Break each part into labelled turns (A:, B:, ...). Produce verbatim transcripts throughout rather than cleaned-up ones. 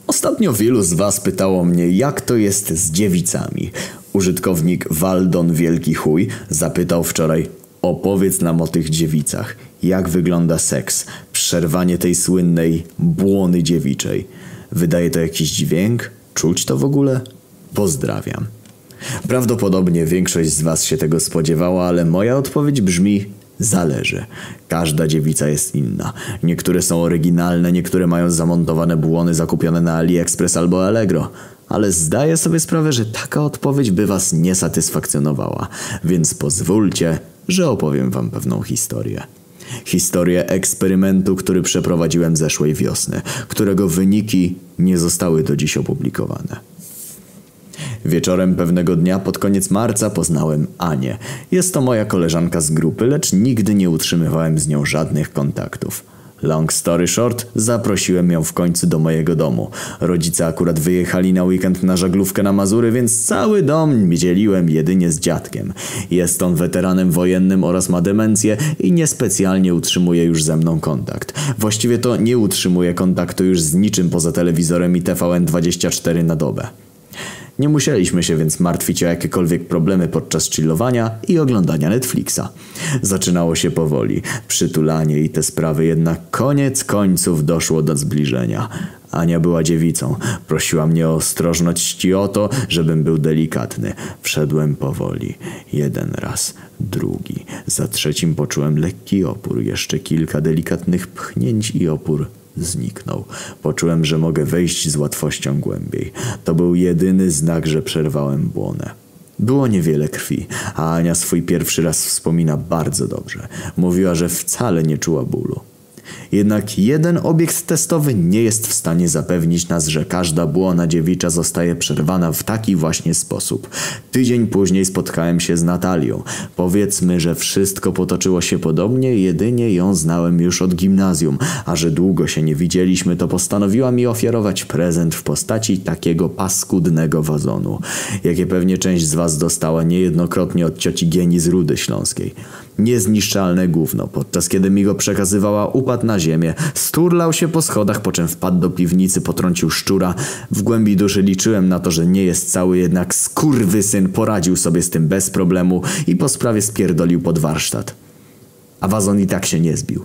A: Ostatnio wielu z was pytało mnie, jak to jest z dziewicami. Użytkownik Waldon Wielki Chuj zapytał wczoraj: opowiedz nam o tych dziewicach. Jak wygląda seks? Przerwanie tej słynnej błony dziewiczej. Wydaje to jakiś dźwięk? Czuć to w ogóle? Pozdrawiam. Prawdopodobnie większość z was się tego spodziewała, ale moja odpowiedź brzmi: zależy. Każda dziewica jest inna. Niektóre są oryginalne, niektóre mają zamontowane błony zakupione na AliExpress albo Allegro. Ale zdaję sobie sprawę, że taka odpowiedź by was nie satysfakcjonowała. Więc pozwólcie, że opowiem wam pewną historię. Historię eksperymentu, który przeprowadziłem zeszłej wiosny, którego wyniki nie zostały do dziś opublikowane. Wieczorem pewnego dnia pod koniec marca poznałem Anię. Jest to moja koleżanka z grupy, lecz nigdy nie utrzymywałem z nią żadnych kontaktów. Long story short, zaprosiłem ją w końcu do mojego domu. Rodzice akurat wyjechali na weekend na żaglówkę na Mazury, więc cały dom dzieliłem jedynie z dziadkiem. Jest on weteranem wojennym oraz ma demencję i niespecjalnie utrzymuje już ze mną kontakt. Właściwie to nie utrzymuje kontaktu już z niczym poza telewizorem i T V N dwadzieścia cztery na dobę. Nie musieliśmy się więc martwić o jakiekolwiek problemy podczas chillowania i oglądania Netflixa. Zaczynało się powoli, przytulanie i te sprawy, jednak koniec końców doszło do zbliżenia. Ania była dziewicą. Prosiła mnie o ostrożność i o to, żebym był delikatny. Wszedłem powoli. Jeden raz, drugi. Za trzecim poczułem lekki opór. Jeszcze kilka delikatnych pchnięć i opór zniknął. Poczułem, że mogę wejść z łatwością głębiej. To był jedyny znak, że przerwałem błonę. Było niewiele krwi, a Ania swój pierwszy raz wspomina bardzo dobrze. Mówiła, że wcale nie czuła bólu. Jednak jeden obiekt testowy nie jest w stanie zapewnić nas, że każda błona dziewicza zostaje przerwana w taki właśnie sposób. Tydzień później spotkałem się z Natalią. Powiedzmy, że wszystko potoczyło się podobnie, jedynie ją znałem już od gimnazjum, a że długo się nie widzieliśmy, to postanowiła mi ofiarować prezent w postaci takiego paskudnego wazonu, jakie pewnie część z was dostała niejednokrotnie od cioci Gieni z Rudy Śląskiej. Niezniszczalne gówno. Podczas kiedy mi go przekazywała, upadł na ziemię, sturlał się po schodach, po czym wpadł do piwnicy, potrącił szczura. W głębi duszy liczyłem na to, że nie jest cały, jednak skurwysyn poradził sobie z tym bez problemu i po sprawie spierdolił pod warsztat. A wazon i tak się nie zbił.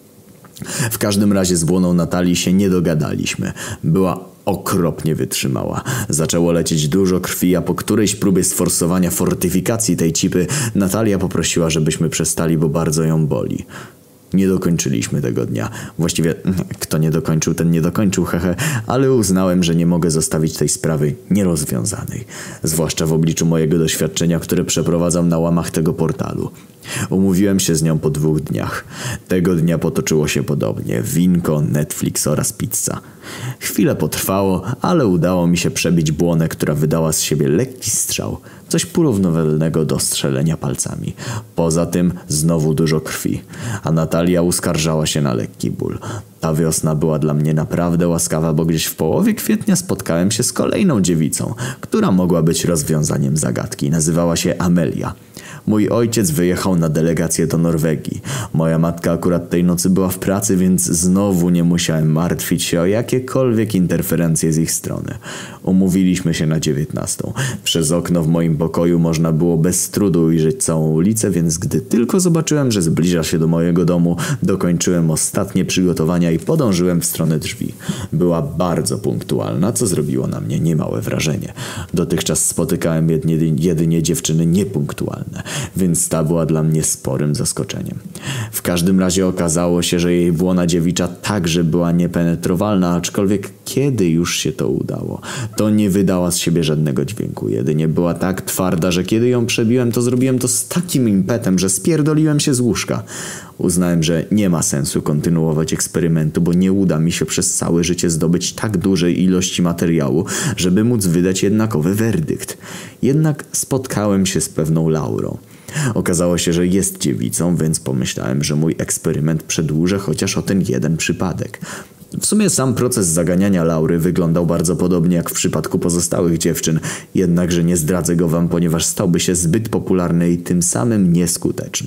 A: W każdym razie z błoną Natalii się nie dogadaliśmy. Była okropnie wytrzymała. Zaczęło lecieć dużo krwi, a po którejś próbie sforsowania fortyfikacji tej cipy Natalia poprosiła, żebyśmy przestali, bo bardzo ją boli. Nie dokończyliśmy tego dnia. Właściwie kto nie dokończył, ten nie dokończył, hehe, ale uznałem, że nie mogę zostawić tej sprawy nierozwiązanej. Zwłaszcza w obliczu mojego doświadczenia, które przeprowadzam na łamach tego portalu. Umówiłem się z nią po dwóch dniach. Tego dnia potoczyło się podobnie. Winko, Netflix oraz pizza. Chwilę potrwało, ale udało mi się przebić błonę, która wydała z siebie lekki strzał. Coś porównywalnego do strzelenia palcami. Poza tym znowu dużo krwi. A Natalia uskarżała się na lekki ból. Ta wiosna była dla mnie naprawdę łaskawa, bo gdzieś w połowie kwietnia spotkałem się z kolejną dziewicą, która mogła być rozwiązaniem zagadki. Nazywała się Amelia. Mój ojciec wyjechał na delegację do Norwegii. Moja matka akurat tej nocy była w pracy, więc znowu nie musiałem martwić się o jakiekolwiek interferencje z ich strony. Umówiliśmy się na dziewiętnastą. Przez okno w moim pokoju można było bez trudu ujrzeć całą ulicę, więc gdy tylko zobaczyłem, że zbliża się do mojego domu, dokończyłem ostatnie przygotowania i podążyłem w stronę drzwi. Była bardzo punktualna, co zrobiło na mnie niemałe wrażenie. Dotychczas spotykałem jedynie, jedynie dziewczyny niepunktualne, więc ta była dla mnie sporym zaskoczeniem. W każdym razie okazało się, że jej błona dziewicza także była niepenetrowalna, aczkolwiek kiedy już się to udało, to nie wydała z siebie żadnego dźwięku. Jedynie była tak twarda, że kiedy ją przebiłem, to zrobiłem to z takim impetem, że spierdoliłem się z łóżka. Uznałem, że nie ma sensu kontynuować eksperymentu, bo nie uda mi się przez całe życie zdobyć tak dużej ilości materiału, żeby móc wydać jednakowy werdykt. Jednak spotkałem się z pewną Laurą. Okazało się, że jest dziewicą, więc pomyślałem, że mój eksperyment przedłużę chociaż o ten jeden przypadek. W sumie sam proces zaganiania Laury wyglądał bardzo podobnie jak w przypadku pozostałych dziewczyn, jednakże nie zdradzę go wam, ponieważ stałby się zbyt popularny i tym samym nieskuteczny.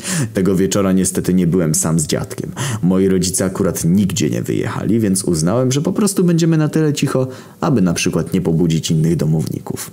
A: Tego wieczora niestety nie byłem sam z dziadkiem. Moi rodzice akurat nigdzie nie wyjechali, więc uznałem, że po prostu będziemy na tyle cicho, aby na przykład nie pobudzić innych domowników.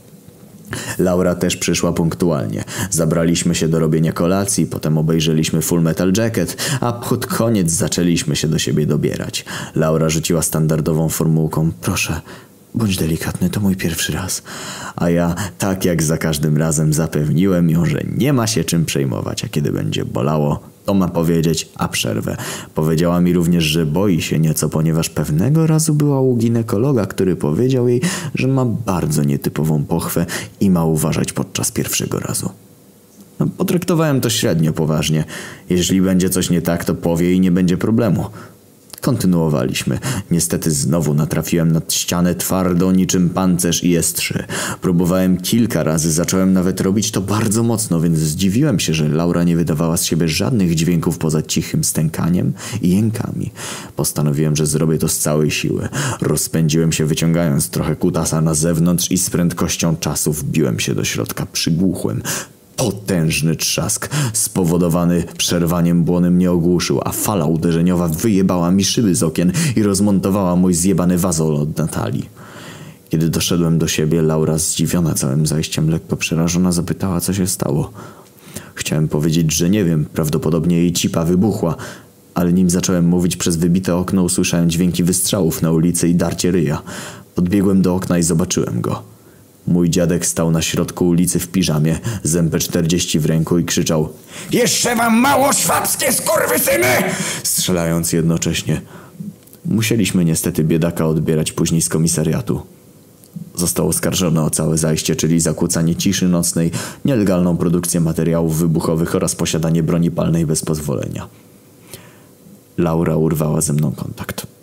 A: Laura też przyszła punktualnie. Zabraliśmy się do robienia kolacji, potem obejrzeliśmy Full Metal Jacket, a pod koniec zaczęliśmy się do siebie dobierać. Laura rzuciła standardową formułką: proszę, bądź delikatny, to mój pierwszy raz. A ja, tak jak za każdym razem, zapewniłem ją, że nie ma się czym przejmować, a kiedy będzie bolało, to ma powiedzieć, a przerwę. Powiedziała mi również, że boi się nieco, ponieważ pewnego razu była u ginekologa, który powiedział jej, że ma bardzo nietypową pochwę i ma uważać podczas pierwszego razu. No, potraktowałem to średnio poważnie. Jeśli będzie coś nie tak, to powie i nie będzie problemu. Kontynuowaliśmy. Niestety znowu natrafiłem na ścianę twardo niczym pancerz i S trzy. Próbowałem kilka razy, zacząłem nawet robić to bardzo mocno, więc zdziwiłem się, że Laura nie wydawała z siebie żadnych dźwięków poza cichym stękaniem i jękami. Postanowiłem, że zrobię to z całej siły. Rozpędziłem się, wyciągając trochę kutasa na zewnątrz i z prędkością czasu wbiłem się do środka. Przygłuchłem. Potężny trzask spowodowany przerwaniem błony mnie ogłuszył, a fala uderzeniowa wyjebała mi szyby z okien i rozmontowała mój zjebany wazolot na talii. Kiedy doszedłem do siebie, Laura, zdziwiona całym zajściem, lekko przerażona, zapytała, co się stało. Chciałem powiedzieć, że nie wiem, prawdopodobnie jej cipa wybuchła, ale nim zacząłem mówić, przez wybite okno usłyszałem dźwięki wystrzałów na ulicy i darcie ryja. Podbiegłem do okna i zobaczyłem go. Mój dziadek stał na środku ulicy w piżamie, z M P czterdzieści w ręku i krzyczał: jeszcze wam mało, szwabskie skurwysyny! Strzelając jednocześnie. Musieliśmy niestety biedaka odbierać później z komisariatu. Został oskarżony o całe zajście, czyli zakłócanie ciszy nocnej, nielegalną produkcję materiałów wybuchowych oraz posiadanie broni palnej bez pozwolenia. Laura urwała ze mną kontakt.